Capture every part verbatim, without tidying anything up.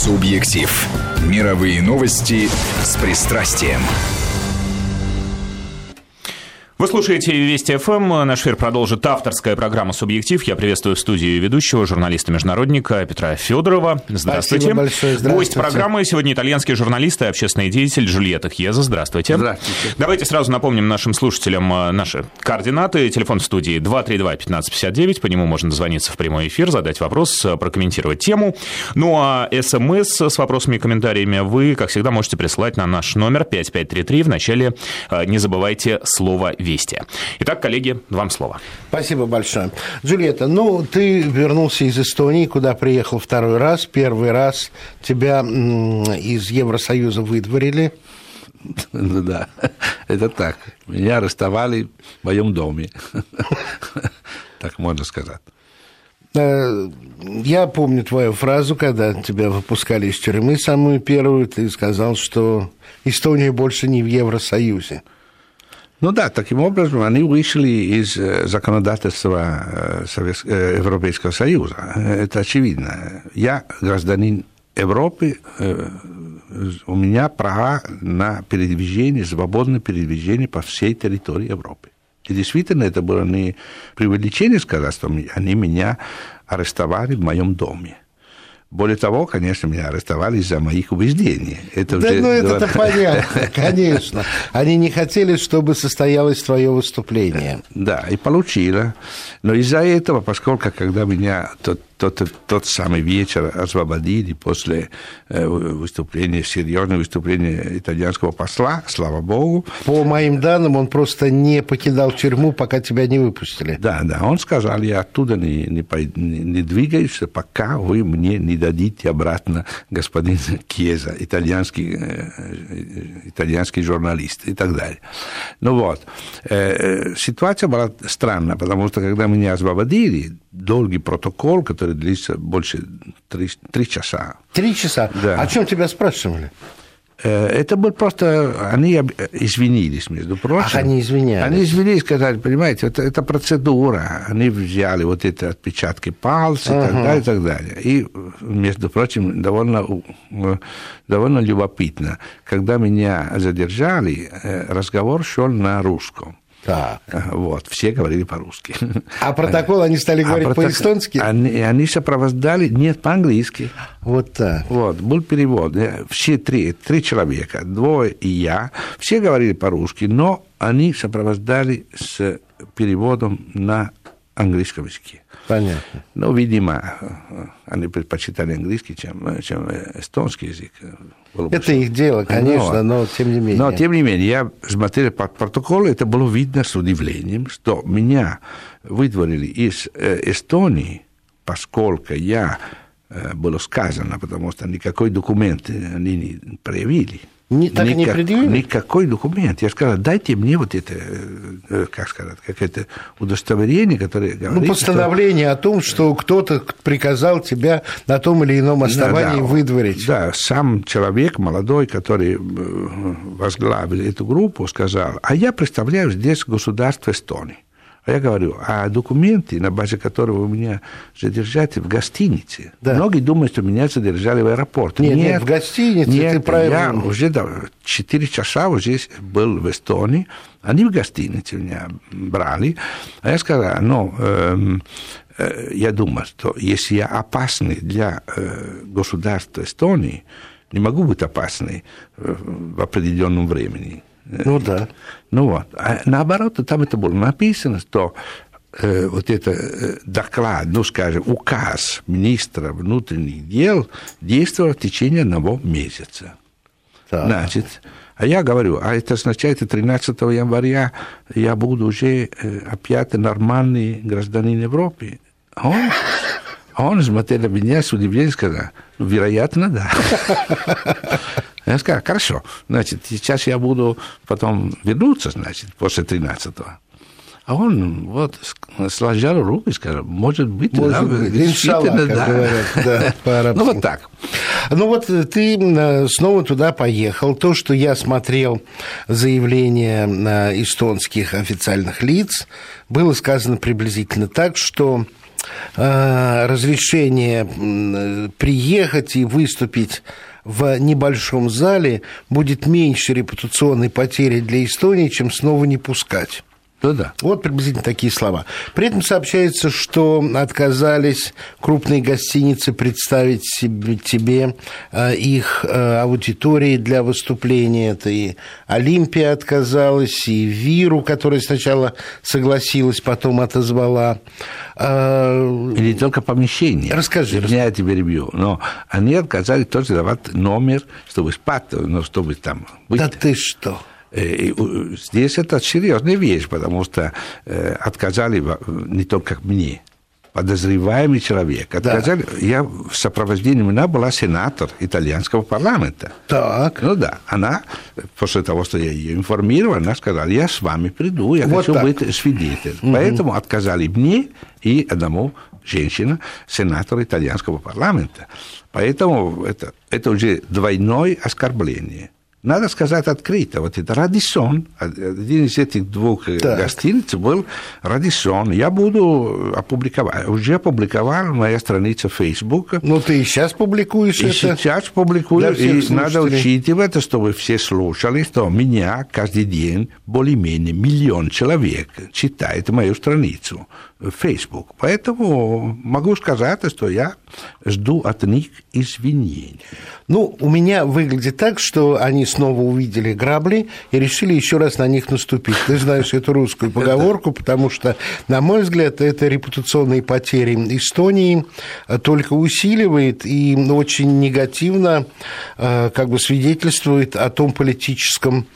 Субъектив. Мировые новости с пристрастием. Вы слушаете Вести ФМ. Наш эфир продолжит авторская программа «Субъектив». Я приветствую в студии ведущего, журналиста-международника Петра Федорова. Здравствуйте. Спасибо большое. Здравствуйте. Гость программы сегодня итальянский журналист и общественный деятель Джульетта Кьеза. Здравствуйте. Здравствуйте. Давайте сразу напомним нашим слушателям наши координаты. Телефон в студии два три два пятнадцать пятьдесят девять. По нему можно дозвониться в прямой эфир, задать вопрос, прокомментировать тему. Ну а СМС с вопросами и комментариями вы, как всегда, можете присылать на наш номер пять пять три три. Вначале не забывайте слово «Вести». Итак, коллеги, вам слово. Спасибо большое. Джульетта, ну, ты вернулся из Эстонии, куда приехал второй раз. Первый раз тебя из Евросоюза выдворили. Ну да, это так. Меня арестовали в моем доме. Так можно сказать. Я помню твою фразу, когда тебя выпускали из тюрьмы, самую первую. Ты сказал, что Эстония больше не в Евросоюзе. Ну да, таким образом они вышли из законодательства Европейского Союза. Это очевидно. Я гражданин Европы, у меня права на передвижение, свободное передвижение по всей территории Европы. И действительно, это было не преувеличение сказать, что они меня арестовали в моем доме. Более того, конечно, меня арестовали из-за моих убеждений. Это да, уже... ну это-то понятно, конечно. Они не хотели, чтобы состоялось твое выступление. Да, и получила. Но из-за этого, поскольку, когда меня тот, тот, тот самый вечер освободили после выступления, серьезного выступления итальянского посла, слава богу. По моим данным, он просто не покидал тюрьму, пока тебя не выпустили. Да, да, он сказал, я оттуда не, не, не, не двигаюсь, пока вы мне не дадите обратно господин Кьеза, итальянский, итальянский журналист и так далее. Ну вот, ситуация была странная, потому что когда меня освободили, долгий протокол, который длится больше три, три часа. Три часа? Да. О чем тебя спрашивали? Это был просто... Они извинились, между прочим. Ах, они извинялись. Они извинились, сказали, понимаете, это, это процедура. Они взяли вот эти отпечатки пальцев и uh-huh. так далее, и так далее. И, между прочим, довольно, довольно любопытно. Когда меня задержали, разговор шел на русском. Так. Вот, все говорили по-русски. А протокол они стали говорить а по-эстонски? Они, они сопровождали, нет, по-английски. Вот так. Вот, был перевод. Все три, три человека, двое и я, все говорили по-русски, но они сопровождали с переводом на английском языке. Понятно. Ну, видимо, они предпочитали английский, чем, чем эстонский язык. Это их дело, конечно, но, но тем не менее. Но, тем не менее, я смотрел по протоколу, это было видно с удивлением, что меня выдворили из Эстонии, поскольку я, было сказано, потому что никакой документ они не проявили. Не, так Никак, и не предъявили? Никакой документ. Я сказал, дайте мне вот это, как сказать, какое-то удостоверение, которое говорит... Ну, постановление что... о том, что кто-то приказал тебя на том или ином основании да, выдворить. Да, сам человек молодой, который возглавил эту группу, сказал, а я представляю здесь государство Эстонии. А я говорю, а документы, на базе которого меня задержали в гостинице. Да. Многие думают, что меня задержали в аэропорте. Нет, нет, нет в гостинице, нет, ты правильно... Я уже четыре часа уже был в Эстонии, они в гостинице меня брали. А я сказал, ну, э, э, я думаю, что если я опасный для э, государства Эстонии, не могу быть опасный э, в определенном времени. Ну да. Ну вот. А наоборот, там это было написано, что э, вот это э, доклад, ну скажем, указ министра внутренних дел действовал в течение одного месяца. Так. Значит, а я говорю, а это означает, что тринадцатого января я буду уже э, опять нормальный гражданин Европы. А он, а он смотрел на меня с удивлением и сказал, ну, вероятно, да. Я сказал, хорошо, значит, сейчас я буду потом вернуться, значит, после тринадцатого. А он вот сложил руку и сказал, может быть, может да, быть, иншаллах, да. Говорят, да, по-арабски. Ну, вот так. Ну, вот ты снова туда поехал. То, что я смотрел заявления эстонских официальных лиц, было сказано приблизительно так, что разрешение приехать и выступить в небольшом зале будет меньше репутационной потери для Эстонии, чем снова не пускать. Ну, да. Вот приблизительно такие слова. При этом сообщается, что отказались крупные гостиницы представить себе, тебе их аудитории для выступления. Это и Олимпия отказалась, и Виру, которая сначала согласилась, потом отозвала. Или только помещение. Расскажи. Я тебя ревью. Но они отказались тоже давать номер, чтобы спать, но чтобы там быть. Да ты что? Здесь это серьезная вещь, потому что э, отказали не только мне, подозреваемый человек. Отказали, да. Я в сопровождении меня была сенатор итальянского парламента. Так. Ну да, она, после того, что я ее информировал, она сказала, я с вами приду, я вот хочу так. быть свидетелем. Угу. Поэтому отказали мне и одному женщине, сенатору итальянского парламента. Поэтому это, это уже двойное оскорбление. Надо сказать открыто, вот это Радиссон, один из этих двух так. гостиниц был Радиссон. Я буду опубликовать, уже опубликовал моя страница в Facebook. Ну, ты и сейчас публикуешь и это? И сейчас публикую, и надо учитывать, чтобы все слушали, что меня каждый день более-менее миллион человек читает мою страницу в Facebook. Поэтому могу сказать, что я жду от них извинений. Ну, у меня выглядит так, что они снова увидели грабли и решили еще раз на них наступить. Ты знаешь эту русскую поговорку, потому что, на мой взгляд, это репутационные потери Эстонии только усиливает и очень негативно как бы свидетельствует о том политическом,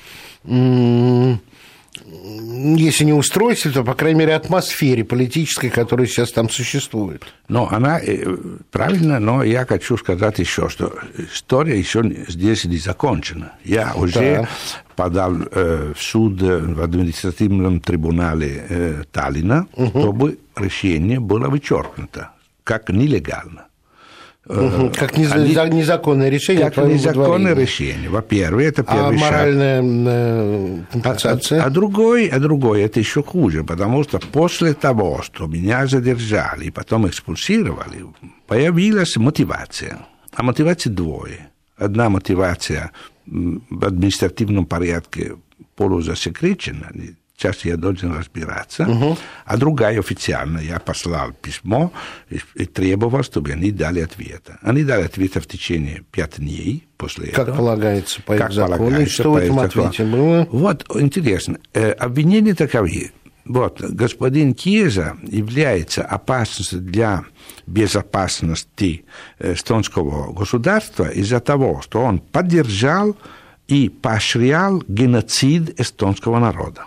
если не устройстве, то, по крайней мере, атмосфере политической, которая сейчас там существует. Но она правильно, но я хочу сказать еще, что история еще здесь не закончена. Я уже да. подал э, в суд в административном трибунале э, Таллина, угу. чтобы решение было вычеркнуто, как нелегально. Угу. Как незаконное решение. Как незаконное решение. Во-первых, это первый а шаг. А моральная компенсация? А, а, а, другой, а другой, это еще хуже, потому что после того, что меня задержали и потом экспульсировали, появилась мотивация. А мотивация двое. Одна мотивация в административном порядке полузасекречена, сейчас я должен разбираться, угу. а другая официально. Я послал письмо и, и требовал, чтобы они дали ответ. Они дали ответ в течение пяти дней после как этого. Полагается по как закону. полагается Что в этом ответе было? Вот, интересно. Обвинения таковы. Вот, господин Chiesa является опасностью для безопасности эстонского государства из-за того, что он поддержал и поощрял геноцид эстонского народа.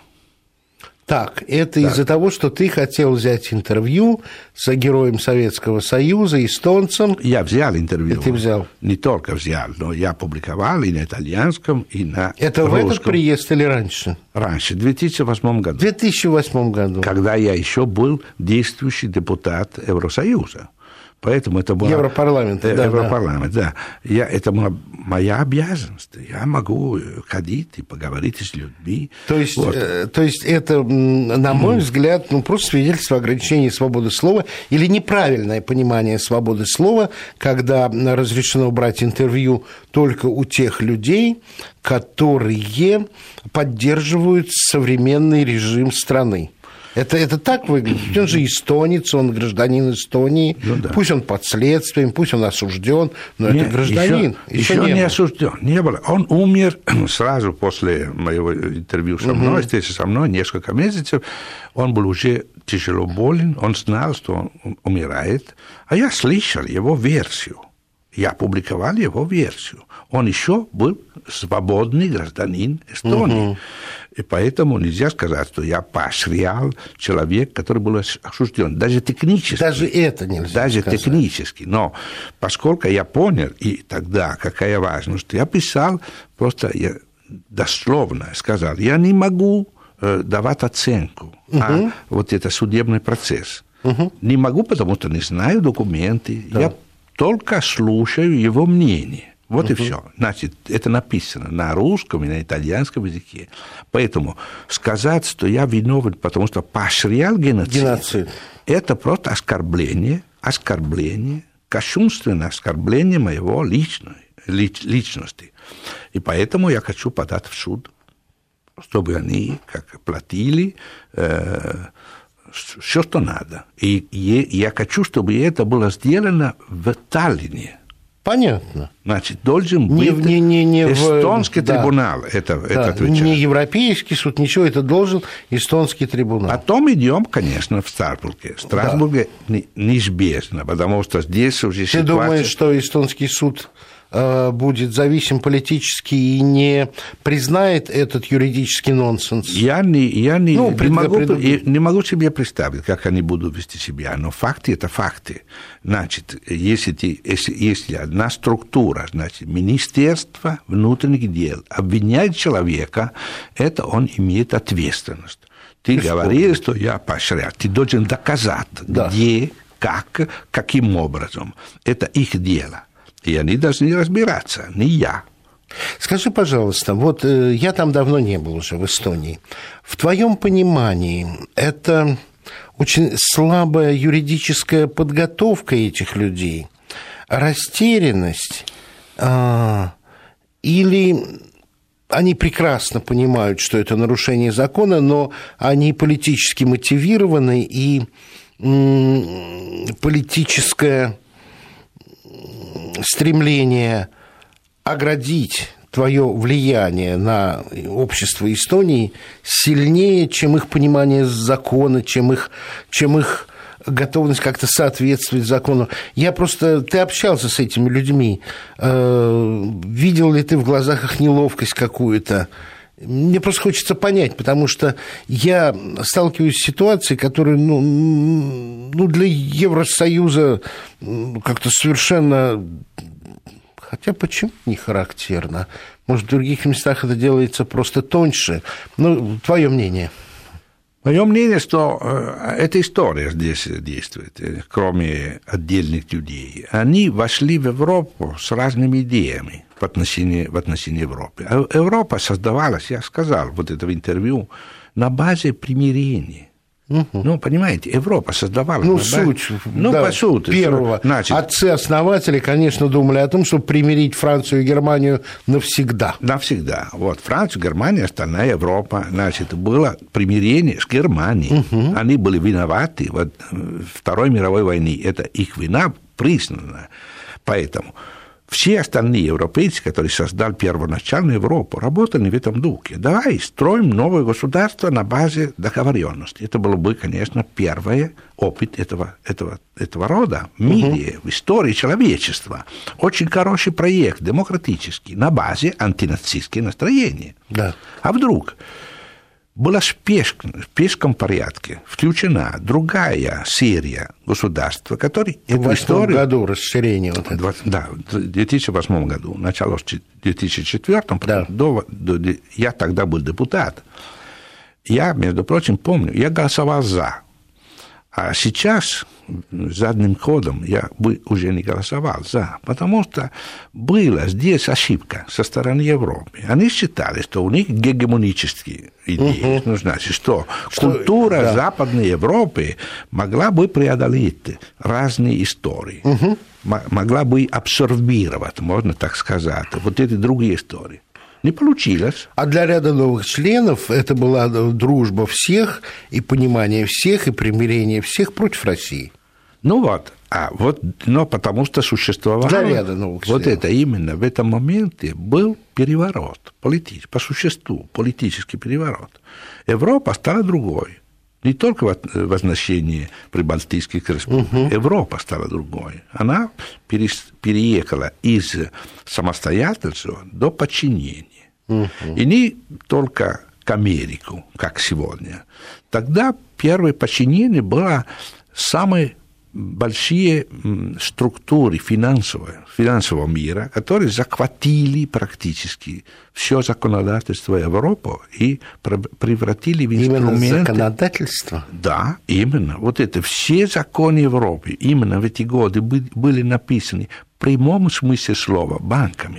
Так, это да. из-за того, что ты хотел взять интервью с героем Советского Союза, эстонцем. Я взял интервью. И ты взял. Не только взял, но я публиковал и на итальянском, и на это русском. В этот приезд или раньше? Раньше, в две тысячи восьмом году. В две тысячи восьмом году. Когда я еще был действующий депутат Евросоюза. Поэтому это была... Европарламент, э, да. Европарламент, да. да. Я, это была моя обязанность. Я могу ходить и поговорить с людьми. То есть, вот. э, то есть это, на мой mm. взгляд, ну, просто свидетельство ограничения свободы слова или неправильное понимание свободы слова, когда разрешено брать интервью только у тех людей, которые поддерживают современный режим страны. Это, это так выглядит. Он же эстонец, он гражданин Эстонии. Ну, да. Пусть он под следствием, пусть он осужден, но Нет, это гражданин. Еще, еще не, не осужден. Не было. Он умер сразу после моего интервью со мной, угу. здесь со мной, несколько месяцев. Он был уже тяжело болен, он знал, что он умирает. А я слышал его версию. Я опубликовал его версию. Он еще был свободный гражданин Эстонии. Угу. И поэтому нельзя сказать, что я поощрял человека, который был осужден. Даже технически. Даже это нельзя Даже сказать. технически. Но поскольку я понял, и тогда какая важность, я писал, просто я дословно сказал, я не могу э, давать оценку, угу. а вот это судебный процесс. Угу. Не могу, потому что не знаю документы. Да. Я только слушаю его мнение. Вот uh-huh. и все. Значит, это написано на русском и на итальянском языке. Поэтому сказать, что я виновен, потому что поощрял геноцид, геноцид. Это просто оскорбление, оскорбление, кощунственное оскорбление моего личной, лич, личности. И поэтому я хочу подать в суд, чтобы они как платили э, все, что надо. И я хочу, чтобы это было сделано в Таллине. Понятно. Значит, должен не, быть не, не, не эстонский в... трибунал. Да. Это, да. это отвечает. Не европейский суд, ничего, это должен эстонский трибунал. Потом идем, конечно, в Страсбурге. В Страсбурге да. неизбежно, потому что здесь уже Ты ситуация... Ты думаешь, что эстонский суд будет зависим политически и не признает этот юридический нонсенс? Я не, я не, ну, не, могу, не могу себе представить, как они будут вести себя, но факты – это факты. Значит, если, если, если одна структура, значит, Министерство внутренних дел обвиняет человека, это он имеет ответственность. Ты говоришь, что я поощряю, ты должен доказать, да. где, как, каким образом. Это их дело. И они должны разбираться, не я. Скажи, пожалуйста, вот э, я там давно не был уже, в Эстонии. В твоем понимании, это очень слабая юридическая подготовка этих людей, растерянность, э, или они прекрасно понимают, что это нарушение закона, но они политически мотивированы, и э, политическое стремление оградить твое влияние на общество Эстонии сильнее, чем их понимание закона, чем их, чем их готовность как-то соответствовать закону. Я просто... Ты общался с этими людьми. Видел ли ты в глазах их неловкость какую-то? Мне просто хочется понять, потому что я сталкиваюсь с ситуацией, которая, ну, ну, для Евросоюза как-то совершенно... Хотя почему не характерно? Может, в других местах это делается просто тоньше? Ну, твое мнение. Мое мнение, что эта история здесь действует, кроме отдельных людей. Они вошли в Европу с разными идеями в отношении, в отношении Европы. А Европа создавалась, я сказал вот это в интервью, на базе примирения. Угу. Ну, понимаете, Европа создавалась. Ну, на базе... суть, ну, да, по сути, первого. Значит, отцы-основатели, конечно, думали о том, чтобы примирить Францию и Германию навсегда. Навсегда. Вот, Франция, Германия, остальная Европа, значит, было примирение с Германией. Угу. Они были виноваты в Второй мировой войне. Это их вина признана. Поэтому все остальные европейцы, которые создали первоначальную Европу, работали в этом духе. Давай строим новое государство на базе договоренности. Это был бы, конечно, первый опыт этого, этого, этого рода в мире, uh-huh. в истории человечества. Очень хороший проект, демократический, на базе антинацистских настроений. Да. А вдруг была в спешном порядке включена другая серия государств, которые... В две тысячи восьмом году расширение вот это. Да, в две тысячи восьмом году, началось в две тысячи четвёртом, да. до, до, я тогда был депутат. Я, между прочим, помню, я голосовал за. А сейчас задним ходом я бы уже не голосовал за, потому что была здесь ошибка со стороны Европы. Они считали, что у них гегемонические идеи, угу. ну, значит, что, что культура да. Западной Европы могла бы преодолеть разные истории, угу. могла бы абсорбировать, можно так сказать, вот эти другие истории. Не получилось. А для ряда новых членов это была дружба всех, и понимание всех, и примирение всех против России. Ну вот, а вот, но потому что существовало... Для ряда новых вот членов. Это именно в этом моменте был переворот, политический, по существу политический переворот. Европа стала другой. Не только в отношении прибалтийских республик. Угу. Европа стала другой. Она переехала из самостоятельства до подчинения. Угу. И не только к Америке, как сегодня. Тогда первое подчинение было самой большие структуры финансовые, финансового мира, которые захватили практически все законодательство Европы и превратили в инструменты... Именно законодательство? Да, именно. Вот это все законы Европы именно в эти годы были написаны в прямом смысле слова банками.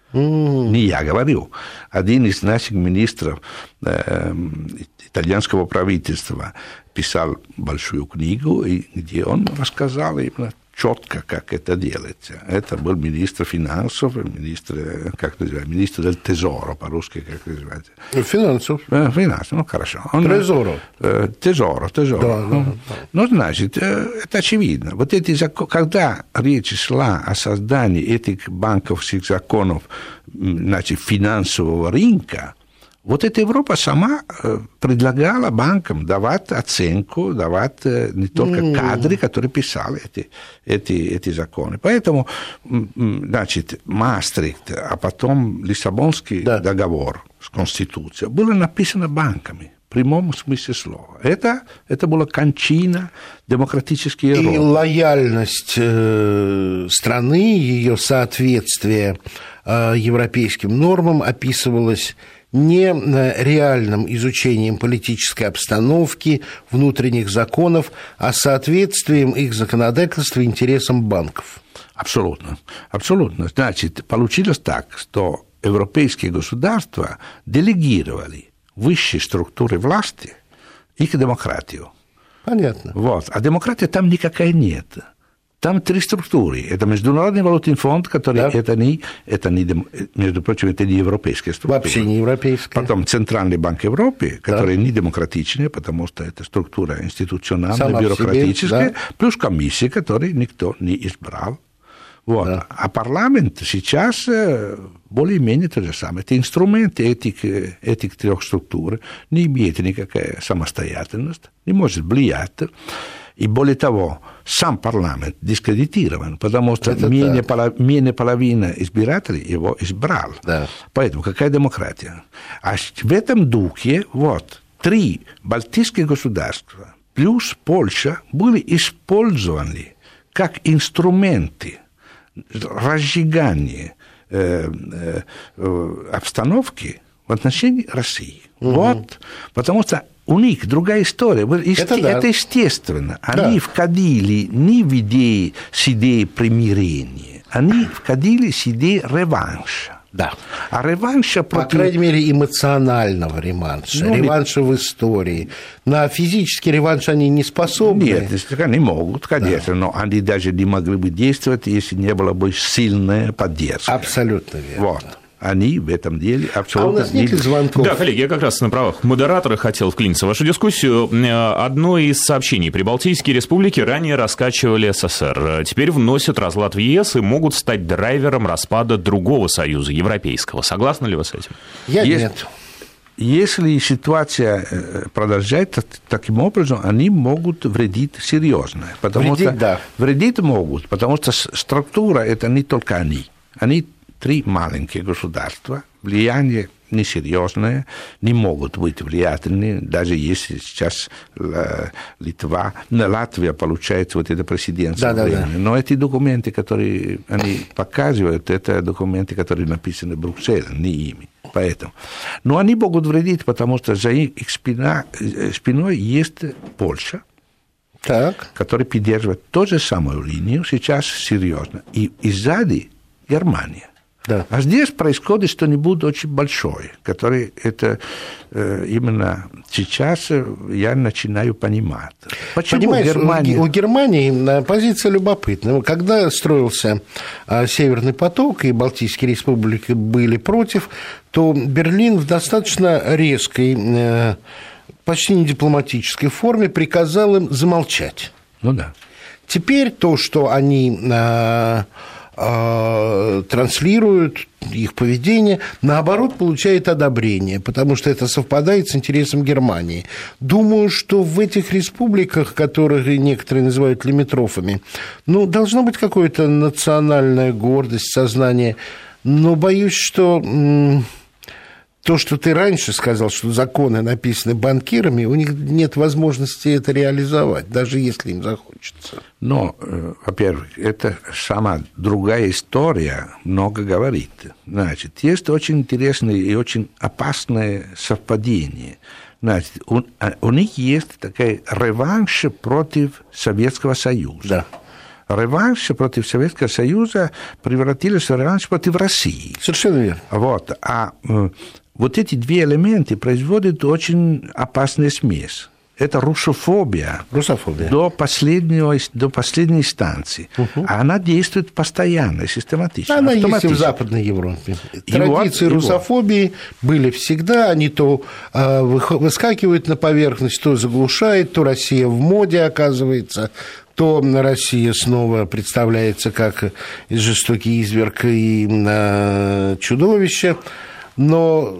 Mm. Не я говорю. Один из наших министров э, итальянского правительства писал большую книгу, где он рассказал именно четко, как это делается. Это был министр финансов, министр, как называется, министр del Tesoro, по-русски, как называется. Финансов. Э, финансов, ну, хорошо. Трезоро. Э, тезоро, тезоро. Да, ну, да, да. ну, значит, э, это очевидно. Вот эти законы, когда речь шла о создании этих банковских законов, значит, финансового рынка, вот эта Европа сама предлагала банкам давать оценку, давать не только mm. кадры, которые писали эти, эти, эти законы. Поэтому, значит, Маастрихт, а потом Лиссабонский да. договор с Конституцией было написано банками. В прямом смысле слова. Это, это была кончина демократической Европы. И лояльность э, страны, ее соответствие э, европейским нормам описывалась не реальным изучением политической обстановки, внутренних законов, а соответствием их законодательства интересам банков. Абсолютно. Абсолютно. Значит, получилось так, что европейские государства делегировали высшие структуры власти и к демократию. Понятно. Вот. А демократия там никакая нет. Там три структуры. Это Международный валютный фонд, который да. это, не, это не, между прочим, это не европейская структура. Вообще не европейская. Потом Центральный банк Европы, который да. не демократичный, потому что это структура институциональная, сама бюрократическая, себе, да. плюс комиссия, которую никто не избрал. Вот. Да. А парламент сейчас более-менее то же самое. Это инструменты этих, этих трех структур, не имеет никакой самостоятельности, не может влиять. И более того, сам парламент дискредитирован, потому что менее, поло, менее половины избирателей его избрал. Да. Поэтому какая демократия? А в этом духе вот, три балтийских государства плюс Польша были использованы как инструменты разжигания э, э, обстановки в отношении России. Угу. Вот, потому что у них другая история. Это, это, да. это естественно. Они да. входили не в идеи с идеей примирения, они входили с идеей реванша. Да. А реванша против... По крайней мере, эмоционального реванша, ну, реванша в истории. На физический реванш они не способны. Нет, они могут, конечно, да. но они даже не могли бы действовать, если не было бы сильной поддержки. Абсолютно верно. Вот. Они в этом деле абсолютно... А у нас нет ли звонков? Да, коллеги, я как раз на правах модератора хотел вклиниться в вашу дискуссию. Одно из сообщений: прибалтийские республики ранее раскачивали СССР, теперь вносят разлад в ЕС и могут стать драйвером распада другого союза, европейского. Согласны ли вы с этим? Я Есть... нет. Если ситуация продолжается таким образом, они могут вредить серьезно. Потому вредить, что... да. Вредить могут, потому что структура – это не только они. Они три маленькие государства, влияние несерьезное, не могут быть влиятельны, даже если сейчас Литва, Латвия получает вот это президентство. Да, да, да. Но эти документы, которые они показывают, это документы, которые написаны в Брюсселе, не ими. Поэтому. Но они могут вредить, потому что за их спина, спиной есть Польша, так. которая поддерживает ту же самую линию, сейчас серьезно, и, и сзади Германия. Да. А здесь происходит что-нибудь очень большое, которое это э, именно сейчас я начинаю понимать. Почему Понимаешь, Германия... у Германии позиция любопытная. Когда строился Северный поток, и Балтийские республики были против, то Берлин в достаточно резкой, почти не дипломатической форме приказал им замолчать. Ну да. Теперь то, что они... транслируют их поведение, наоборот, получает одобрение, потому что это совпадает с интересом Германии. Думаю, что в этих республиках, которых некоторые называют лимитрофами, ну, должно быть какая-то национальная гордость, сознание, но боюсь, что... То, что ты раньше сказал, что законы написаны банкирами, у них нет возможности это реализовать, даже если им захочется. Но, во-первых, это сама другая история много говорит. Значит, есть очень интересное и очень опасное совпадение. Значит, у, у них есть такая реванш против Советского Союза. Да. реванш против Советского Союза превратился в реванш против России. Совершенно верно. Вот. А вот эти две элементы производят очень опасную смесь. Это русофобия, русофобия. До, последнего, до последней инстанции. Угу. А она действует постоянно, систематично. Она есть и в Западной Европе. И Традиции вот, русофобии вот. были всегда. Они то э, выскакивают на поверхность, то заглушают, то Россия в моде оказывается, то Россия снова представляется как жестокий изверг и э, чудовище. Но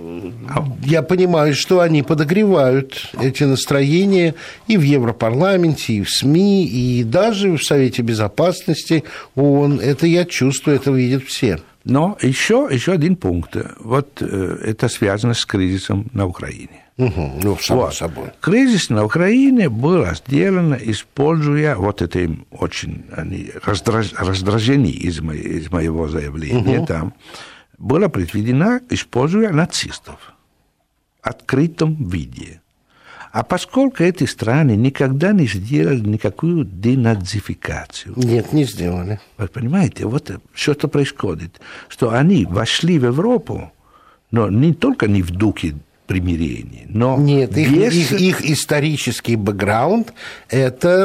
я понимаю, что они подогревают эти настроения и в Европарламенте, и в СМИ, и даже в Совете Безопасности ООН. Это я чувствую, это видят все. Но еще, еще один пункт. Вот это связано с кризисом на Украине. Угу, ну, само вот. собой. Кризис на Украине был сделан, используя, вот это им очень они раздраж, раздражены из, мо, из моего заявления, угу. там, была предвидена, используя нацистов в открытом виде. А поскольку эти страны никогда не сделали никакую денацификацию... Нет, не сделали. Вы понимаете, вот что-то происходит, что они вошли в Европу, но не только не в духе примирения, но Нет, их, без... их, их исторический бэкграунд – это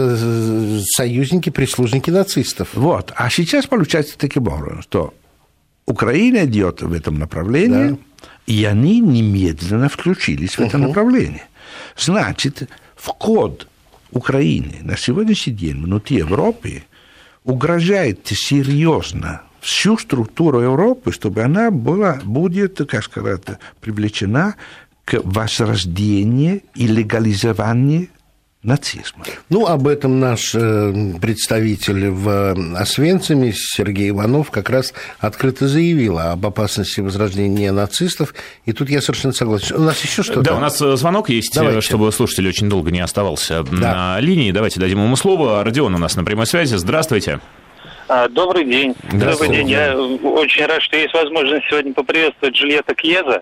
э, союзники-прислужники нацистов. Вот, а сейчас получается таким образом, что Украина идет в этом направлении, да. и они немедленно включились в это uh-huh. направление. Значит, вход Украины на сегодняшний день внутри Европы угрожает серьезно всю структуру Европы, чтобы она была, будет, как сказать, привлечена к возрождению и легализованию нацизма. Ну, об этом наш представитель в Освенциме, Сергей Иванов, как раз открыто заявил об опасности возрождения нацистов, и тут я совершенно согласен. У нас еще что-то? Да, у нас звонок есть, Давайте. чтобы слушатель очень долго не оставался да. на линии. Давайте дадим ему слово. Родион у нас на прямой связи. Здравствуйте. Добрый день. Добрый день. Я очень рад, что есть возможность сегодня поприветствовать Джульетта Кьеза.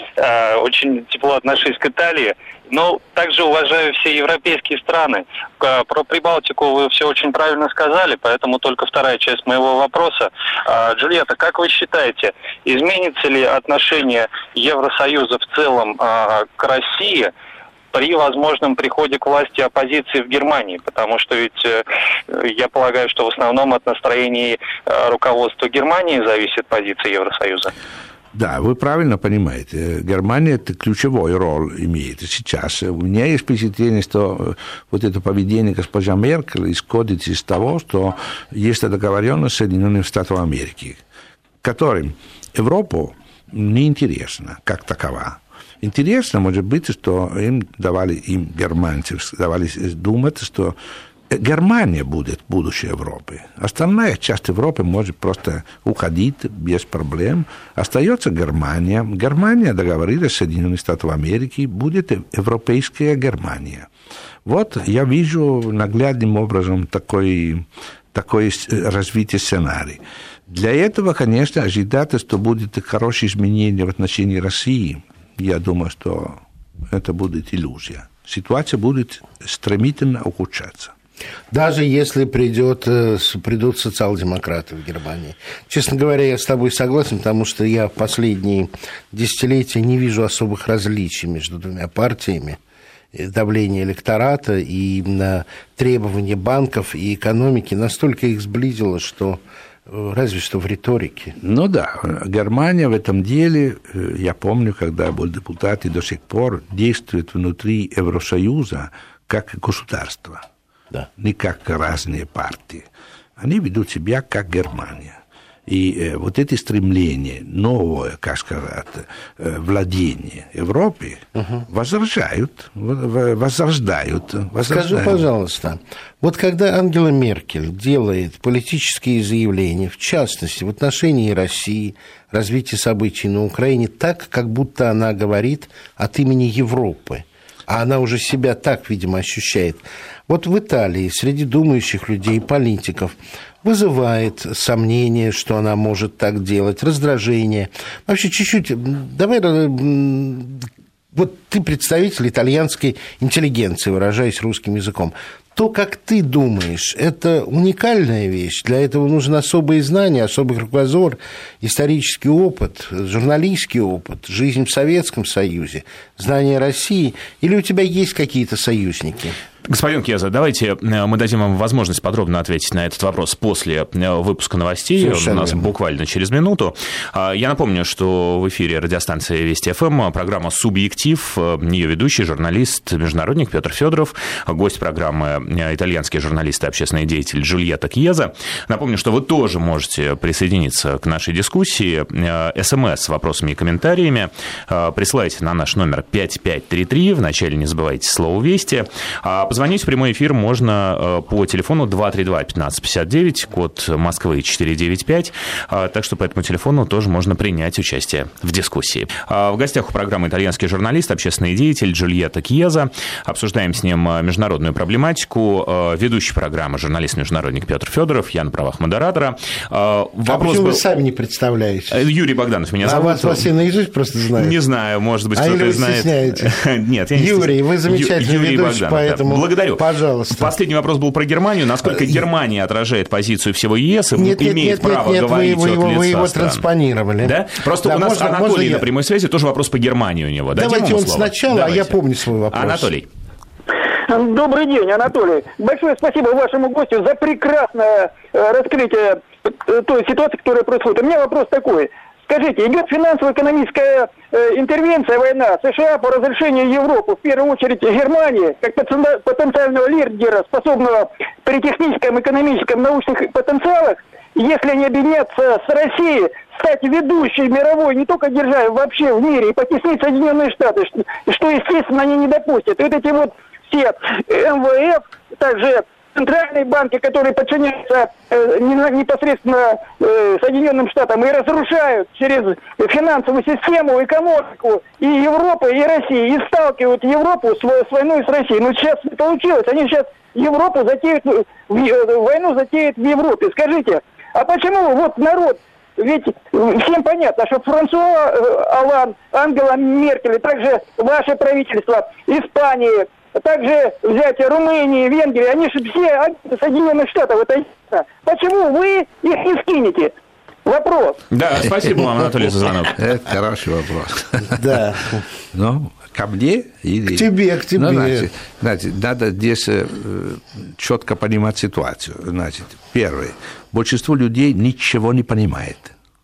Очень тепло отношусь к Италии. Но также уважаю все европейские страны. Про Прибалтику вы все очень правильно сказали, поэтому только вторая часть моего вопроса. Джульетта, как вы считаете, изменится ли отношение Евросоюза в целом к России при возможном приходе к власти оппозиции в Германии? Потому что ведь я полагаю, что в основном от настроений руководства Германии зависит позиция Евросоюза. Да, вы правильно понимаете. Германия ключевую роль имеет сейчас. У меня есть впечатление, что вот это поведение госпожи Меркель исходит из того, что есть договоренность с Соединенными Штатами Америки, которым Европу неинтересна как такова. Интересно, может быть, что им давали, им, германцам, давали думать, что Германия будет будущее Европы. Остальная часть Европы может просто уходить без проблем. Остается Германия. Германия договорилась с Соединенными Штатами Америки, будет европейская Германия. Вот я вижу наглядным образом такой, такой развитие сценария. Для этого, конечно, ожидать, что будет хорошее изменение в отношении России, я думаю, что это будет иллюзия. Ситуация будет стремительно ухудшаться. Даже если придет, придут социал-демократы в Германии. Честно говоря, я с тобой согласен, потому что я в последние десятилетия не вижу особых различий между двумя партиями. Давление электората и требования банков и экономики настолько их сблизило, что разве что в риторике. Ну да, Германия в этом деле, я помню, когда я был депутат, и до сих пор действует внутри Евросоюза как государство. Да. Не как разные партии. Они ведут себя как Германия. И э, вот эти стремления, новое, как сказать, э, владение Европы угу. возрождают, возрождают, возрождают. Скажи, пожалуйста, вот когда Ангела Меркель делает политические заявления, в частности, в отношении России, развития событий на Украине, так, как будто она говорит от имени Европы, а она уже себя так, видимо, ощущает. Вот в Италии среди думающих людей, политиков, вызывает сомнение, что она может так делать, раздражение. Вообще, чуть-чуть, давай вот ты представитель итальянской интеллигенции, выражаясь русским языком. То, как ты думаешь, это уникальная вещь. Для этого нужны особые знания, особый кругозор, исторический опыт, журналистский опыт, жизнь в Советском Союзе, знания России. Или у тебя есть какие-то союзники? Господин Кьяза, давайте мы дадим вам возможность подробно ответить на этот вопрос после выпуска новостей. Совершенно У нас верно. Буквально через минуту. Я напомню, что в эфире радиостанции Вести ФМ программа «Субъектив». Ее ведущий, журналист, международник Петр Федоров, гость программы итальянский журналист и общественный деятель Джульетта Кьеза. Напомню, что вы тоже можете присоединиться к нашей дискуссии. СМС с вопросами и комментариями присылайте на наш номер пять пять три три. Вначале не забывайте слово «Вести». Позвонить в прямой эфир можно по телефону два три два пятнадцать пятьдесят девять, код Москвы четыреста девяносто пять, так что по этому телефону тоже можно принять участие в дискуссии. В гостях у программы итальянский журналист, общественный деятель Джульетта Кьеза. Обсуждаем с ним международную проблематику. Ведущий программы журналист-международник Петр Федоров, я на правах модератора. Вопрос а почему был... вы сами не представляете? Юрий Богданов меня а зовут. А вас, вас все наизусть просто знают? Не знаю, может быть, а кто-то или вы знает. Стесняете? Нет, я не Юрий, вы замечательный Юрий ведущий, Богданов, поэтому... Да. Благодарю. Пожалуйста. Последний вопрос был про Германию. Насколько Германия отражает позицию всего ЕС и нет, имеет нет, право нет, говорить вы, от вы, лица вы его стран? транспонировали. Да? Просто да, у нас можно, Анатолий можно на я? прямой связи, тоже вопрос по Германии у него. Дадим Давайте ему он слово? сначала, Давайте. а я помню свой вопрос. Анатолий. Добрый день, Анатолий. Большое спасибо вашему гостю за прекрасное раскрытие той ситуации, которая происходит. У меня вопрос такой. Скажите, идет финансово-экономическая э, интервенция, война США по разрешению Европы, в первую очередь Германии, как потенциального лидера, способного при техническом, экономическом, научных потенциалах, если они объединятся с Россией, стать ведущей мировой, не только державой, вообще в мире, и потеснить Соединенные Штаты, что, что естественно, они не допустят. И вот эти вот все эм вэ эф, также центральные банки, которые подчиняются э, непосредственно э, Соединенным Штатам и разрушают через финансовую систему, экономику и Европы, и России, и сталкивают Европу с, с войной с Россией. Но сейчас не получилось. Они сейчас Европу затеют, в, войну затеют в Европе. Скажите, а почему вот народ, ведь всем понятно, что Франсуа Олланд, Ангела Меркель, также ваше правительство, Испании, также взять Румынии, Венгрии, они же все Соединенных Штатов, это ясно. Почему вы их не скинете? Вопрос. Да, спасибо вам, Анатолий, за звонок. Это хороший вопрос. Да. Ну, ко мне или... К тебе, к тебе. Ну, значит, значит, надо здесь четко понимать ситуацию. Значит, первое. Большинство людей ничего не понимает.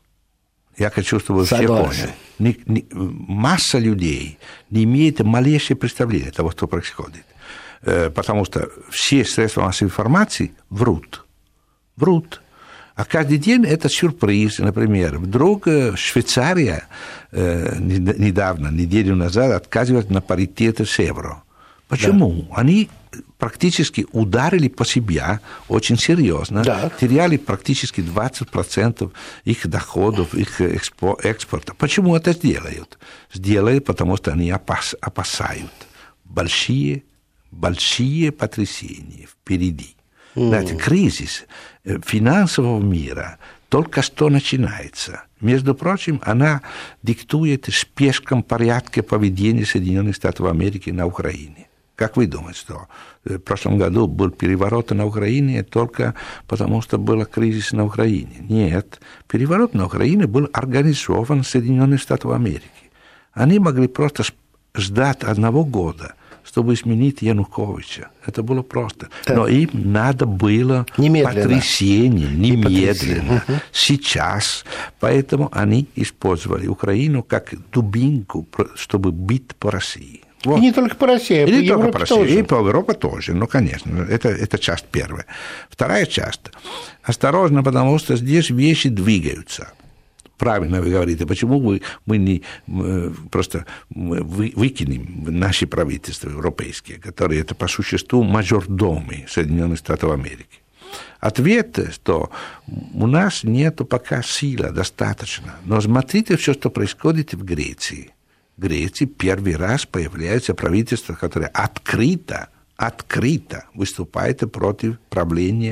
Я хочу, чтобы вы все поняли. Не, не, масса людей не имеет малейшего представления того, что происходит. Э, потому что все средства массовой информации врут. Врут. А каждый день это сюрприз. Например, вдруг Швейцария э, недавно, неделю назад, отказывает на паритете с евро. Почему? Да. Они практически ударили по себе очень серьезно, да. теряли практически двадцать процентов их доходов, их экспорта. Почему это сделают? Сделают, потому что они опас, опасают. Большие, большие потрясения впереди. Mm. Знаете, кризис финансового мира только что начинается. Между прочим, она диктует в спешном порядке поведения Соединенных Штатов Америки на Украине. Как вы думаете, что в прошлом году был переворот на Украине только потому, что был кризис на Украине? Нет. Переворот на Украине был организован Соединенными Штатами Америки. Они могли просто ждать одного года, чтобы сменить Януковича. Это было просто. Да. Но им надо было немедленно. Потрясение, немедленно, угу. сейчас. Поэтому они использовали Украину как дубинку, чтобы бить по России. Вот. И не только по России, а по Европе по тоже. И по Европе тоже, ну, конечно. Это, это часть первая. Вторая часть. Осторожно, потому что здесь вещи двигаются. Правильно вы говорите. Почему мы, мы не мы просто мы выкинем наши правительства европейские, которые это по существу мажордомы Соединенных Штатов Америки? Ответ, что у нас нет пока силы достаточно. Но смотрите все, что происходит в Греции. В Греции первый раз появляется правительство, которое открыто, открыто выступает против правления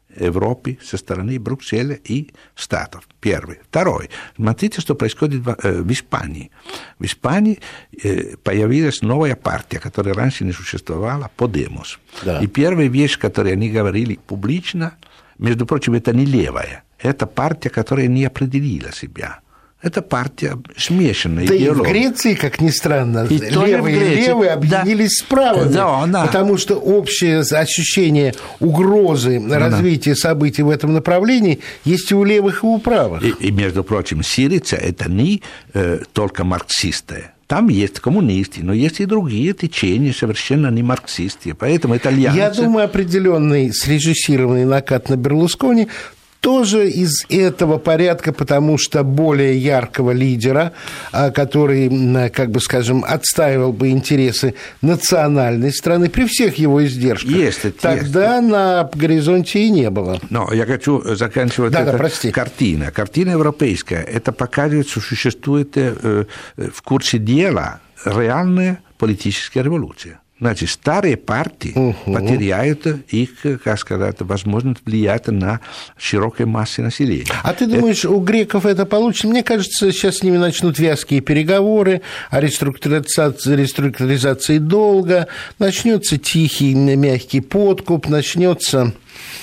Европы со стороны Брюсселя и Штатов. Первый. Второй. Смотрите, что происходит в Испании. В Испании появилась новая партия, которая раньше не существовала, Podemos. Да. И первая вещь, которую они говорили публично, между прочим, это не левая. Это партия, которая не определила себя. Это партия смешанная. Да идеология. И в Греции, как ни странно, и левые и левые объединились да. с правыми, да, да. потому что общее ощущение угрозы да, развития да. событий в этом направлении есть и у левых, и у правых. И, и между прочим, Сирица – это не э, только марксисты. Там есть коммунисты, но есть и другие течения, совершенно не марксисты. Поэтому это альянсы. Я думаю, определенный срежиссированный накат на Берлускони тоже из этого порядка, потому что более яркого лидера, который, как бы скажем, отстаивал бы интересы национальной страны при всех его издержках, есть, тогда есть. на горизонте и не было. Но я хочу заканчивать да, это. Да, прости. Картина. Картина европейская. Это показывает, что существует в курсе дела реальная политическая революция. Значит, старые партии uh-huh. потеряют их, как сказать, возможность влиять на широкие массы населения. А ты думаешь, это... у греков это получится? Мне кажется, сейчас с ними начнут вязкие переговоры о реструктуризации, реструктуризации долга, начнется тихий, мягкий подкуп, начнется,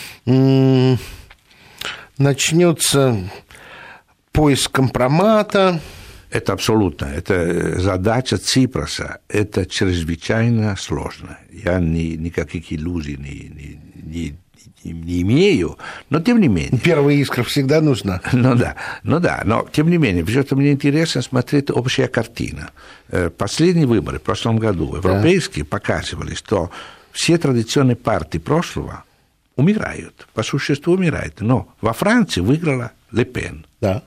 м- начнется поиск компромата. Это абсолютно. Это задача Ципроса. Это чрезвычайно сложно. Я ни, никаких иллюзий не, не, не, не имею, но тем не менее. Первая искра всегда нужна. Ну да, ну да, но тем не менее, что мне интересно смотреть общая картина. Последние выборы в прошлом году европейские да. показывали, что все традиционные партии прошлого умирают, по существу умирают. Но во Франции выиграла Ле Пен. Да.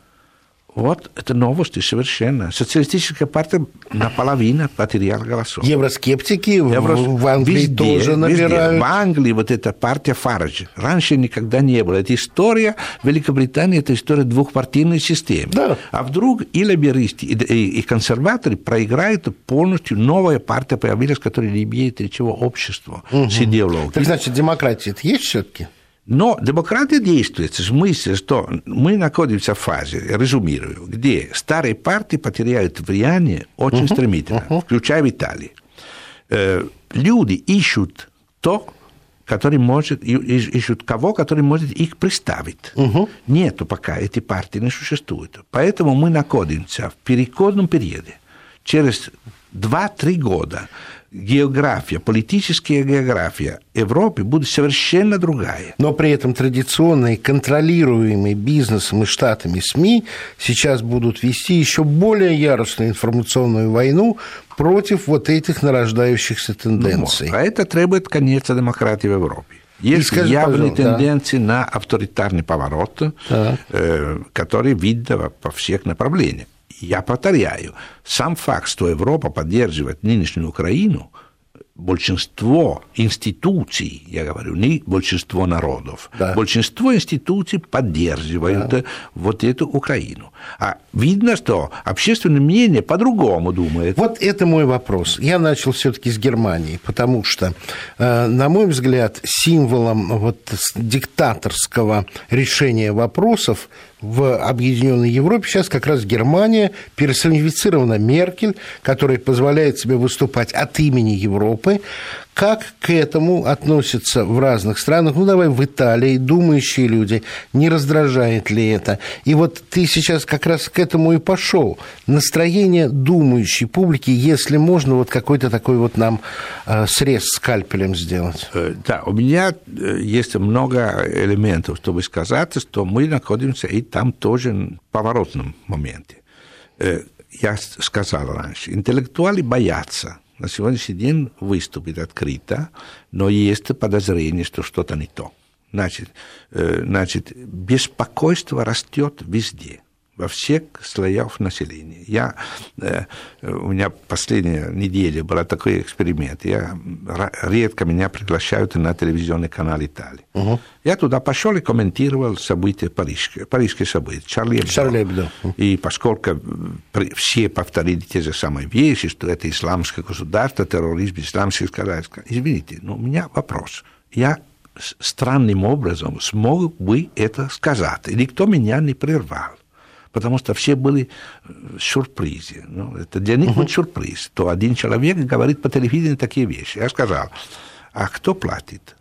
Вот это новости совершенно. Социалистическая партия наполовину потеряла голосов. Евроскептики Евро... в Англии везде, тоже набирают. Везде. В Англии вот эта партия Фарage. Раньше никогда не было. Это история Великобритании, это история двухпартийной системы. Да. А вдруг и лейбористы, и, и, и консерваторы проиграют полностью. Новая партия появилась, которая не имеет ничего общества угу. с идеологией. Так значит, демократия это есть все-таки? Но демократия действует в смысле, что мы находимся в фазе, резюмирую, где старые партии потеряют влияние очень uh-huh, стремительно, uh-huh. включая в Италии. Э, люди ищут то, который может, ищут кого, который может их представить. Uh-huh. Нету пока, эти партии не существуют. Поэтому мы находимся в переходном периоде. Через два-три года география, политическая география Европы будет совершенно другая. Но при этом традиционные, контролируемые бизнесом и штатами СМИ сейчас будут вести еще более яростную информационную войну против вот этих нарождающихся тенденций. Ну, а это требует конца демократии в Европе. Есть скажи, явные тенденции да. на авторитарный поворот, да. э, который видно по всех направлениях. Я повторяю, сам факт, что Европа поддерживает нынешнюю Украину, большинство институций, я говорю, не большинство народов, да. большинство институций поддерживают да. вот эту Украину. А видно, что общественное мнение по-другому думает. Вот это мой вопрос. Я начал все-таки с Германии, потому что, на мой взгляд, символом вот диктаторского решения вопросов в Объединенной Европе сейчас как раз Германия, персонифицирована Меркель, которая позволяет себе выступать от имени Европы. Как к этому относятся в разных странах? Ну, давай в Италии, думающие люди, не раздражает ли это? И вот ты сейчас как раз к этому и пошел. Настроение думающей публики, если можно, вот какой-то такой вот нам э, срез скальпелем сделать. Да, у меня есть много элементов, чтобы сказать, что мы находимся и там тоже в поворотном моменте. Я сказал раньше, интеллектуалы боятся на сегодняшний день выступит открыто, но есть подозрение, что что-то не то. Значит, значит беспокойство растет везде, во всех слоях населения. Я, у меня последняя неделя была такой эксперимент. Я, редко меня приглашают на телевизионный канал Италии. Угу. Я туда пошел и комментировал события парижские, парижские события. Шарли Эбдо. И поскольку все повторили те же самые вещи, что это исламское государство, терроризм, исламский государство. Извините, но у меня вопрос. Я странным образом смог бы это сказать. И никто меня не прервал, потому что все были в сюрпризе. Ну, это для них uh-huh. был сюрприз. То один человек говорит по телевидению такие вещи. Я сказал, а кто платит?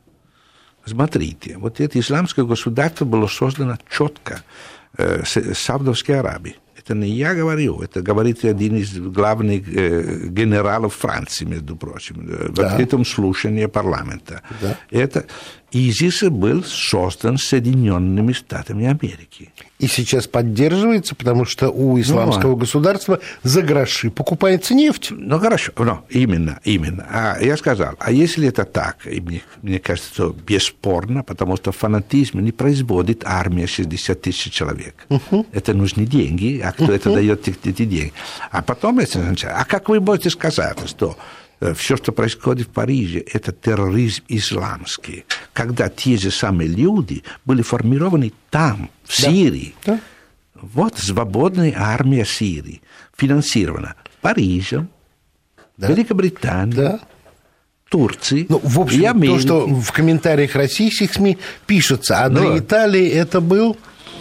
Смотрите, вот это исламское государство было создано четко э, с Саудовской Аравии. Это не я говорю, это говорит один из главных э, генералов Франции, между прочим, в да. открытом слушании парламента. Да. Это ИСИС был создан Соединенными Штатами Америки. И сейчас поддерживается, потому что у исламского ну, государства за гроши покупается нефть. Ну, хорошо, ну, именно, именно. А я сказал, а если это так, и мне, мне кажется, что бесспорно, потому что фанатизм не производит армия шестьдесят тысяч человек. Uh-huh. Это нужны деньги, а кто uh-huh. это дает эти деньги? А потом, а как вы можете сказать, что все, что происходит в Париже, это терроризм исламский, когда те же самые люди были формированы там, в да. Сирии. Да. Вот свободная армия Сирии, финансирована Парижем, да. Великобританией, да. Турцией, ну, в общем, и Америкой. То, что в комментариях российских СМИ пишется, а для да. Италии это был...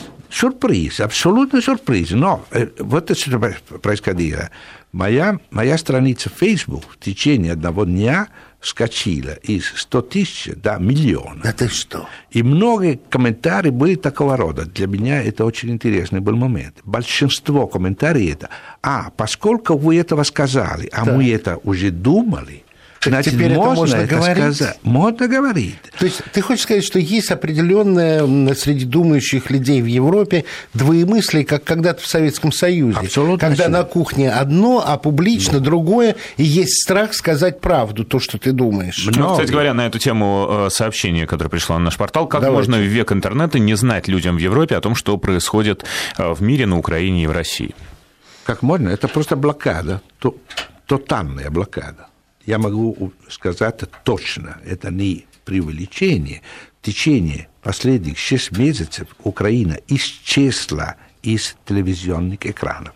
Сюрприз, абсолютно сюрприз. Но э, вот это что происходило. Моя, моя страница в Facebook в течение одного дня скачила из ста тысяч до миллиона. Да ты что? И многие комментарии были такого рода. Для меня это очень интересный был момент. Большинство комментариев это, а, поскольку вы этого сказали, а да. мы это уже думали, значит, теперь можно, это можно это говорить? Сказать. Можно говорить. То есть ты хочешь сказать, что есть определенное среди думающих людей в Европе двоемыслие, как когда-то в Советском Союзе. Абсолютно. Когда все. На кухне одно, а публично да. другое, и есть страх сказать правду, то, что ты думаешь. Ну, кстати говоря, на эту тему сообщение, которое пришло на наш портал, как Давайте. можно в век интернета не знать людям в Европе о том, что происходит в мире, на Украине и в России? Как можно? Это просто блокада, тотальная блокада. Я могу сказать точно, это не преувеличение. В течение последних шести месяцев Украина исчезла из телевизионных экранов.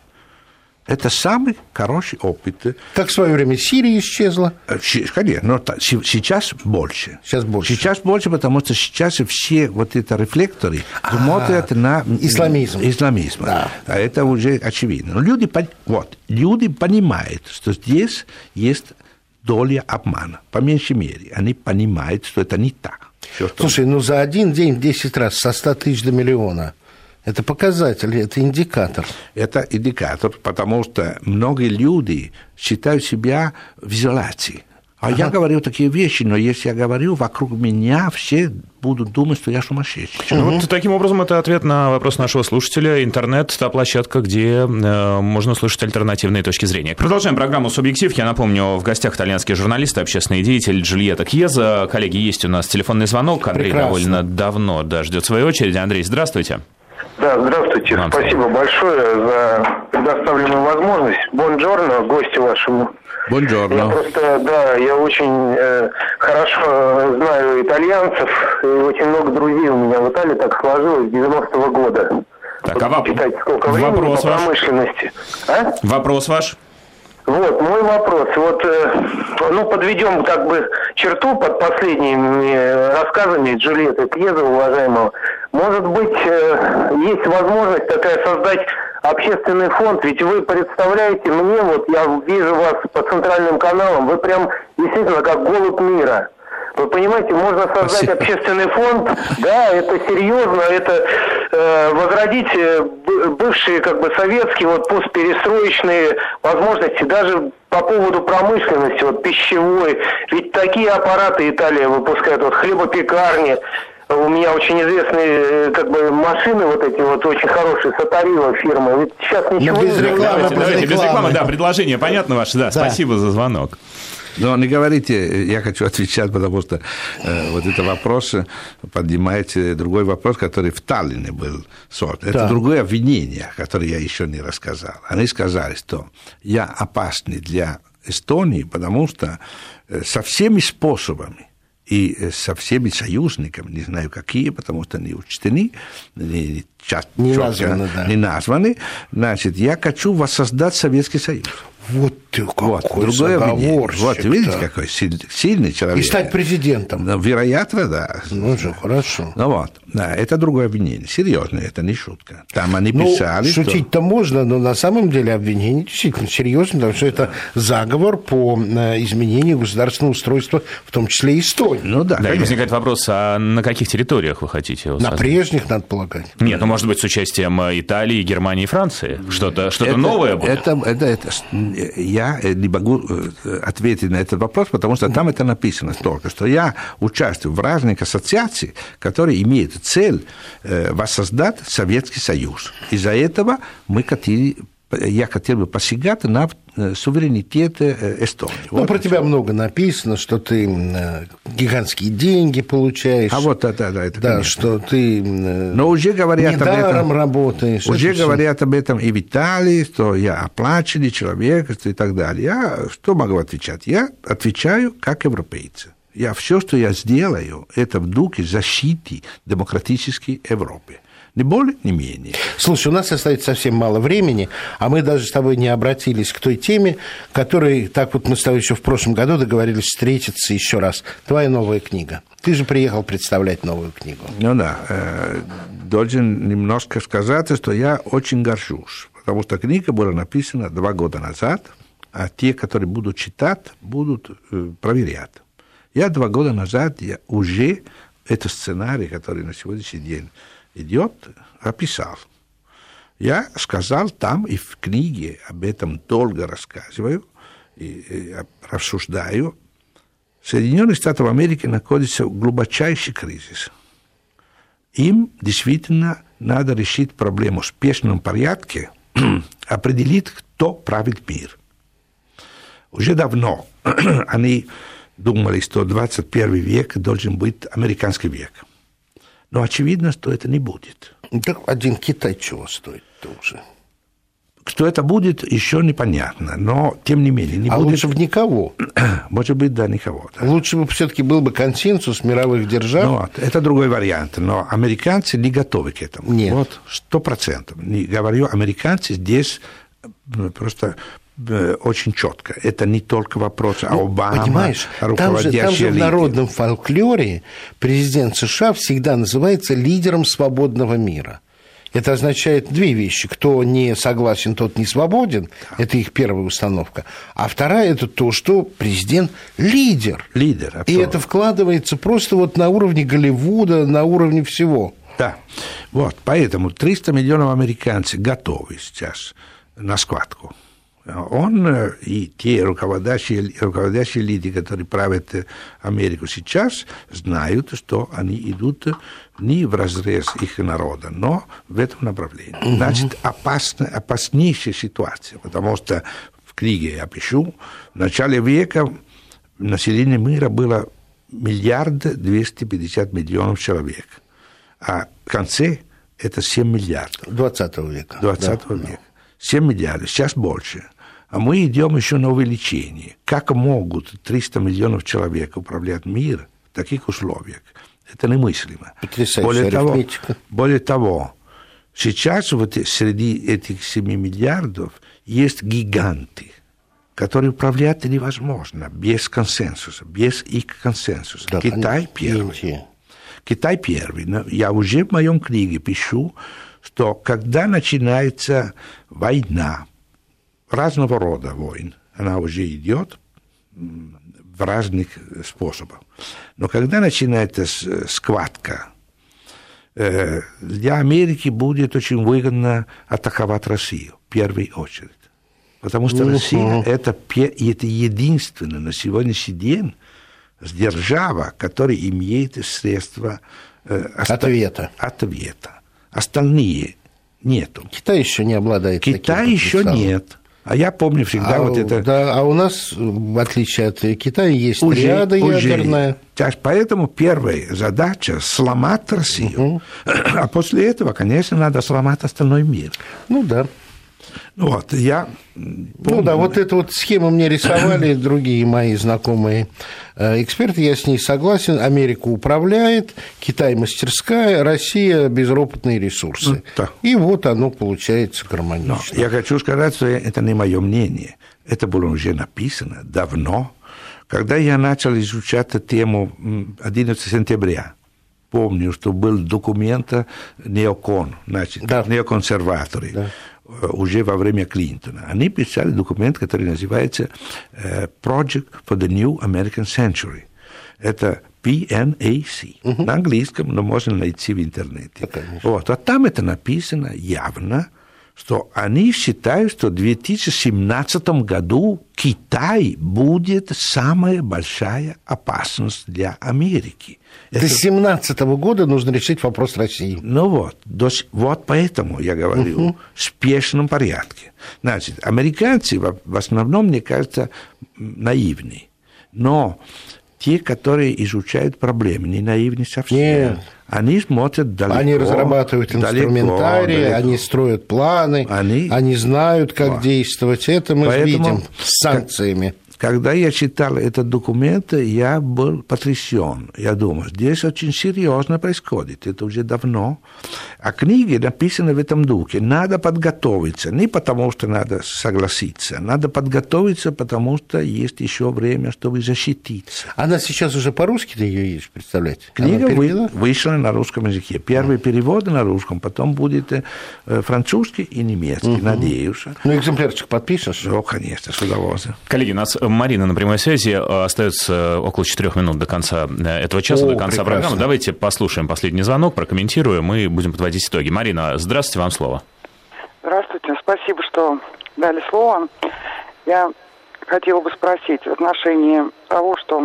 Это самый хороший опыт. Как в свое время Сирия исчезла? Конечно, но сейчас больше. Сейчас больше. Сейчас больше, потому что сейчас все вот эти рефлекторы смотрят на исламизм. исламизм. Да. А это уже очевидно. Но люди, вот, люди понимают, что здесь есть доля обмана, по меньшей мере. Они понимают, что это не так. Все, что... Слушай, ну за один день в десять раз, со ста тысяч до миллиона. Это показатель, это индикатор. Это индикатор, потому что многие люди считают себя в изоляции. А ага. я говорю такие вещи, но если я говорю, вокруг меня все будут думать, что я сумасшедший. Ну, угу. Вот таким образом, это ответ на вопрос нашего слушателя. Интернет – та площадка, где э, можно услышать альтернативные точки зрения. Продолжаем программу «Субъектив». Я напомню, в гостях итальянский журналист, общественный деятель Джульетта Кьеза. Коллеги, есть у нас телефонный звонок. Андрей Прекрасно. довольно давно да, ждет своей очереди. Андрей, здравствуйте. Да, здравствуйте. Вам Спасибо слово. большое за предоставленную возможность. Бонджорно, гостю вашему. Бонджорно. Я просто, да, я очень э, хорошо знаю итальянцев, и очень много друзей у меня в Италии так сложилось с девяностого года. Так, вот, а воп... читайте, сколько времени вопрос по ваш? промышленности. А? Вопрос ваш? Вот, мой вопрос. Вот, э, ну, подведем как бы черту под последними рассказами Джульетты Кьеза, уважаемого. Может быть, э, есть возможность такая создать общественный фонд, ведь вы представляете мне, вот я вижу вас по центральным каналам, вы прям действительно как голубь мира. Вы понимаете, можно создать Спасибо. общественный фонд, да, это серьезно, это э, возродить бывшие как бы советские вот постперестроечные возможности, даже по поводу промышленности, вот пищевой, ведь такие аппараты Италия выпускает, вот хлебопекарни. У меня очень известные как бы машины вот эти вот очень хорошие, Сатарила фирмы. Ведь сейчас ничего без не рекламы, давайте, без давайте, без рекламы. рекламы, да, предложение понятно ваше, да, да. Спасибо за звонок. Но не говорите, я хочу отвечать, потому что э, вот это вопрос поднимаете другой вопрос, который в Таллине был создан. Это да. другое обвинение, которое я еще не рассказал. Они сказали, что я опасный для Эстонии, потому что э, со всеми способами и со всеми союзниками, не знаю какие, потому что они учтены, не, часто, не, четко, названы, да. не названы, значит, я хочу воссоздать Советский Союз. Вот ты какой вот, заговорщик. Вот, видите, какой сильный человек. И стать президентом. Ну, вероятно, да. Ну же, хорошо. Ну вот, да, это другое обвинение. Серьезно, это не шутка. Там они ну, писали, шутить-то что... можно, но на самом деле обвинение действительно серьезно, потому что это заговор по изменению государственного устройства, в том числе Эстонии. Ну да. Да, и возникает вопрос, а на каких территориях вы хотите его создать? На прежних, надо полагать. Нет, ну, может быть, с участием Италии, Германии и Франции. Что-то, что-то это, новое будет. Это, это, это, я не могу ответить на этот вопрос, потому что там это написано только, что я участвую в разных ассоциациях, которые имеют цель воссоздать Советский Союз. Из-за этого мы хотели, я хотел бы посягать на суверенитет Эстонии. Ну, вот про это. тебя много написано, что ты гигантские деньги получаешь. А вот да, да, да, это да, конечно. что ты Но уже говорят об этом, работаешь. Уже это говорят все. об этом и в Италии, что я оплаченный человек и так далее. Я что могу отвечать? Я отвечаю как европейцы. Я все, что я сделаю, это в духе защиты демократической Европы. Ни более, ни менее. Слушай, у нас остается совсем мало времени, а мы даже с тобой не обратились к той теме, которой, так вот мы с тобой еще в прошлом году договорились встретиться еще раз. Твоя новая книга. Ты же приехал представлять новую книгу. Ну да, э, должен немножко сказать, что я очень горжусь, потому что книга была написана два года назад, а те, которые будут читать, будут э, проверять. Я два года назад я уже этот сценарий, который на сегодняшний день идет, описал. Я сказал там и в книге об этом долго рассказываю и, и рассуждаю. Соединенные Штаты Америки находятся в глубочайший кризис. Им действительно надо решить проблему в спешном порядке, определить, кто правит мир. Уже давно они думали, что двадцать первый век должен быть американский век. Но очевидно, что это не будет. Так один Китай чего стоит-то уже? Кто это будет, еще непонятно. Но, тем не менее, не а будет... лучше бы никого. Может быть, да, никого. Да. Лучше бы все-таки был бы консенсус мировых держав. Ну, вот, это другой вариант. Но американцы не готовы к этому. Нет. Вот, сто процентов. Не говорю, американцы здесь просто... очень четко. Это не только вопрос ну, Обама, понимаешь, там же, там же в народном фольклоре президент США всегда называется лидером свободного мира. Это означает две вещи. Кто не согласен, тот не свободен. Да. Это их первая установка. А вторая – это то, что президент – лидер. Лидер, абсолютно. И это вкладывается просто вот на уровне Голливуда, на уровне всего. Да. Вот, поэтому триста миллионов американцев готовы сейчас на схватку. Он и те руководящие, руководящие лидеры, которые правят Америку сейчас, знают, что они идут не вразрез их народа, но в этом направлении. Угу. Значит, опасна, опаснейшая ситуация, потому что в книге я пишу, в начале века население мира было миллиард двести пятьдесят миллионов человек, а в конце это семь миллиардов. двадцатого века. двадцатого да. века. семь миллиардов, сейчас больше. А мы идем еще на увеличение. Как могут триста миллионов человек управлять миром в таких условиях? Это немыслимо. Потрясающая более арифметика. Того, более того, сейчас вот среди этих семи миллиардов есть гиганты, которые управлять невозможно без консенсуса, без их консенсуса. Да, Китай первый. Индия. Китай первый. Но я уже в моем книге пишу, что когда начинается война, разного рода войн, она уже идет в разных способах. Но когда начинается схватка, для Америки будет очень выгодно атаковать Россию в первую очередь. Потому что Россия – это, это единственная на сегодняшний день держава, которая имеет средства ответа. ответа. Остальные нету. Китай еще не обладает таким. Китай еще нет. А я помню всегда а, вот это... Да, а у нас, в отличие от Китая, есть уже, триада ядерная. Уже. Поэтому первая задача – сломать Россию. Угу. А после этого, конечно, надо сломать остальной мир. Ну да. Вот, я помню. Ну да, вот эту вот схему мне рисовали другие мои знакомые эксперты, я с ней согласен. Америка управляет, Китай мастерская, Россия безропотные ресурсы. Ну, да. И вот оно получается гармонично. Но я хочу сказать, что это не мое мнение. Это было уже написано давно. Когда я начал изучать тему одиннадцатого сентября, помню, что был документ неокон, значит, да. неоконсерваторы. Да. Уже во время Клинтона. Они писали документ, который называется Project for the New American Century. Это пи эн эй си. Uh-huh. На английском, но можно найти в интернете. Okay. Вот. А там это написано явно, что они считают, что в две тысячи семнадцатом году Китай будет самая большая опасность для Америки. До две тысячи семнадцатого года нужно решить вопрос России. Ну вот, вот поэтому я говорю, uh-huh. в спешном порядке. Значит, американцы в основном, мне кажется, наивны. Но те, которые изучают проблемы, не наивны совсем. Нет. Они смотрят далеко. Они разрабатывают инструментарий, далеко, далеко. Они строят планы, они, они знают, как вот. действовать. Это мы Поэтому, видим с санкциями. Когда я читал этот документ, я был потрясен. Я думаю, здесь очень серьезно происходит. Это уже давно. А книги написаны в этом духе. Надо подготовиться. Не потому, что надо согласиться. Надо подготовиться, потому что есть еще время, чтобы защититься. Она сейчас уже по-русски ты ее есть, представляете? Книга вы, вышла на русском языке. Первый перевод на русском, потом будет французский и немецкий, угу. надеюсь. Ну, экземплярчик подпишешь? Ну, конечно, с удовольствием. Коллеги, нас Марина на прямой связи. Остается около четырех минут до конца этого часа, О, до конца прекрасно. программы. Давайте послушаем последний звонок, прокомментируем и будем подводить итоги. Марина, здравствуйте, вам слово. Здравствуйте, спасибо, что дали слово. Я хотела бы спросить в отношении того, что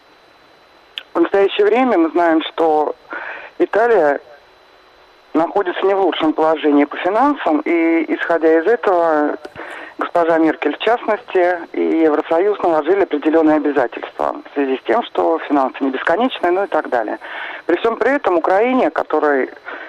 в настоящее время мы знаем, что Италия находится не в лучшем положении по финансам, и, исходя из этого, госпожа Меркель, в частности, и Евросоюз наложили определенные обязательства в связи с тем, что финансы не бесконечные, ну и так далее. При всем при этом Украине, которой,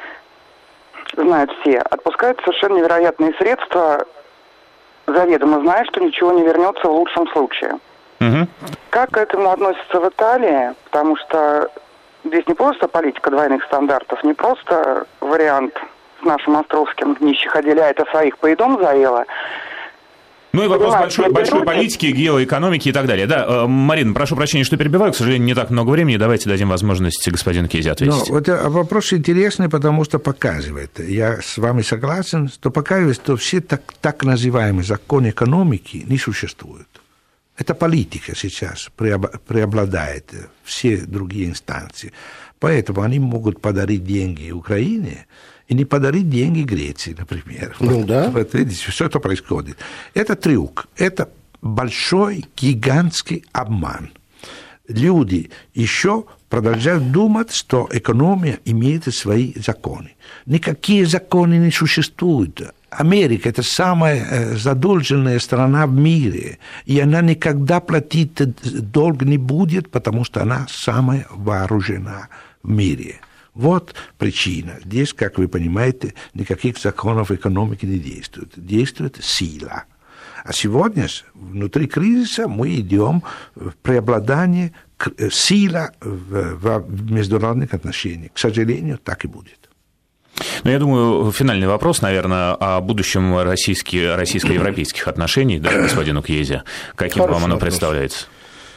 знают все, отпускают совершенно невероятные средства, заведомо зная, что ничего не вернется в лучшем случае. Угу. Как к этому относится в Италии? Потому что здесь не просто политика двойных стандартов, не просто вариант с нашим Островским «нищих отделяет, а своих поедом заело». Ну и вопрос большой, большой политики, геоэкономики и так далее. Да, Марина, прошу прощения, что перебиваю, к сожалению, не так много времени. Давайте дадим возможность господину Кейзе ответить. Ну, это вопрос интересный, потому что показывает, я с вами согласен, что показывает, что все так, так называемые законы экономики не существуют. Это политика сейчас преобладает, все другие инстанции. Поэтому они могут подарить деньги Украине, и не подарить деньги Греции, например. Ну, вот, да. Вот видите, что это происходит. Это трюк, это большой, гигантский обман. Люди еще продолжают думать, что экономия имеет свои законы. Никакие законы не существуют. Америка – это самая задолженная страна в мире, и она никогда платить долг не будет, потому что она самая вооружена в мире. Вот причина. Здесь, как вы понимаете, никаких законов экономики не действует. Действует сила. А сегодня внутри кризиса мы идем в преобладание силы в международных отношениях. К сожалению, так и будет. Ну, я думаю, финальный вопрос, наверное, о будущем российских, российско-европейских отношений, да, господину Кейзе. Каким Хороший вам оно вопрос. представляется?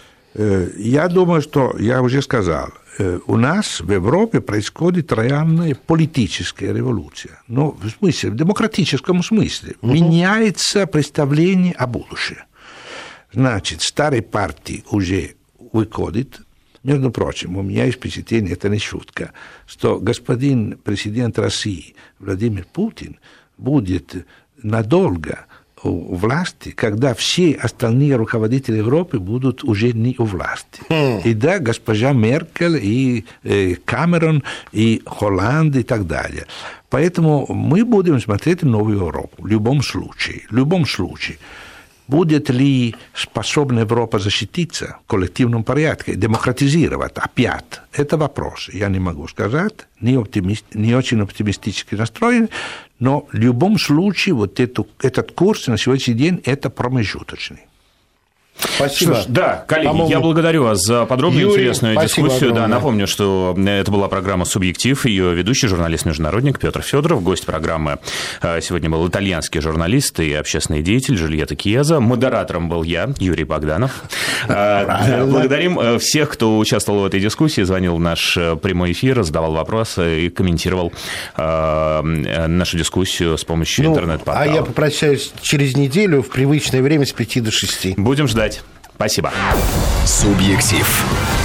Я думаю, что я уже сказал, у нас в Европе происходит реальная политическая революция. Ну, в смысле, в демократическом смысле. Uh-huh. Меняется представление о будущем. Значит, старые партии уже выходят. Между прочим, у меня есть впечатление, это не шутка, что господин президент России Владимир Путин будет надолго у власти, когда все остальные руководители Европы будут уже не у власти. Mm. И да, госпожа Меркель, и э, Камерон, и Холланд, и так далее. Поэтому мы будем смотреть новую Европу в любом случае. В любом случае. будет ли способна Европа защититься в коллективном порядке, демократизировать опять? Это вопрос. Я не могу сказать, не, оптимист, не очень оптимистически настроен, но в любом случае вот эту, этот курс на сегодняшний день это промежуточный. Спасибо. Что ж, да, коллеги, По-моему... я благодарю вас за подробную Юрий, интересную дискуссию. огромное. Да, напомню, что это была программа «Субъектив». Ее ведущий, журналист-международник Петр Федоров. Гость программы сегодня был итальянский журналист и общественный деятель Джульетта Кьеза. Модератором был я, Юрий Богданов. Благодарим всех, кто участвовал в этой дискуссии, звонил в наш прямой эфир, задавал вопросы и комментировал нашу дискуссию с помощью ну, интернет-портала. А я попрощаюсь через неделю в привычное время с пяти до шести. Будем ждать. Спасибо. Субъектив.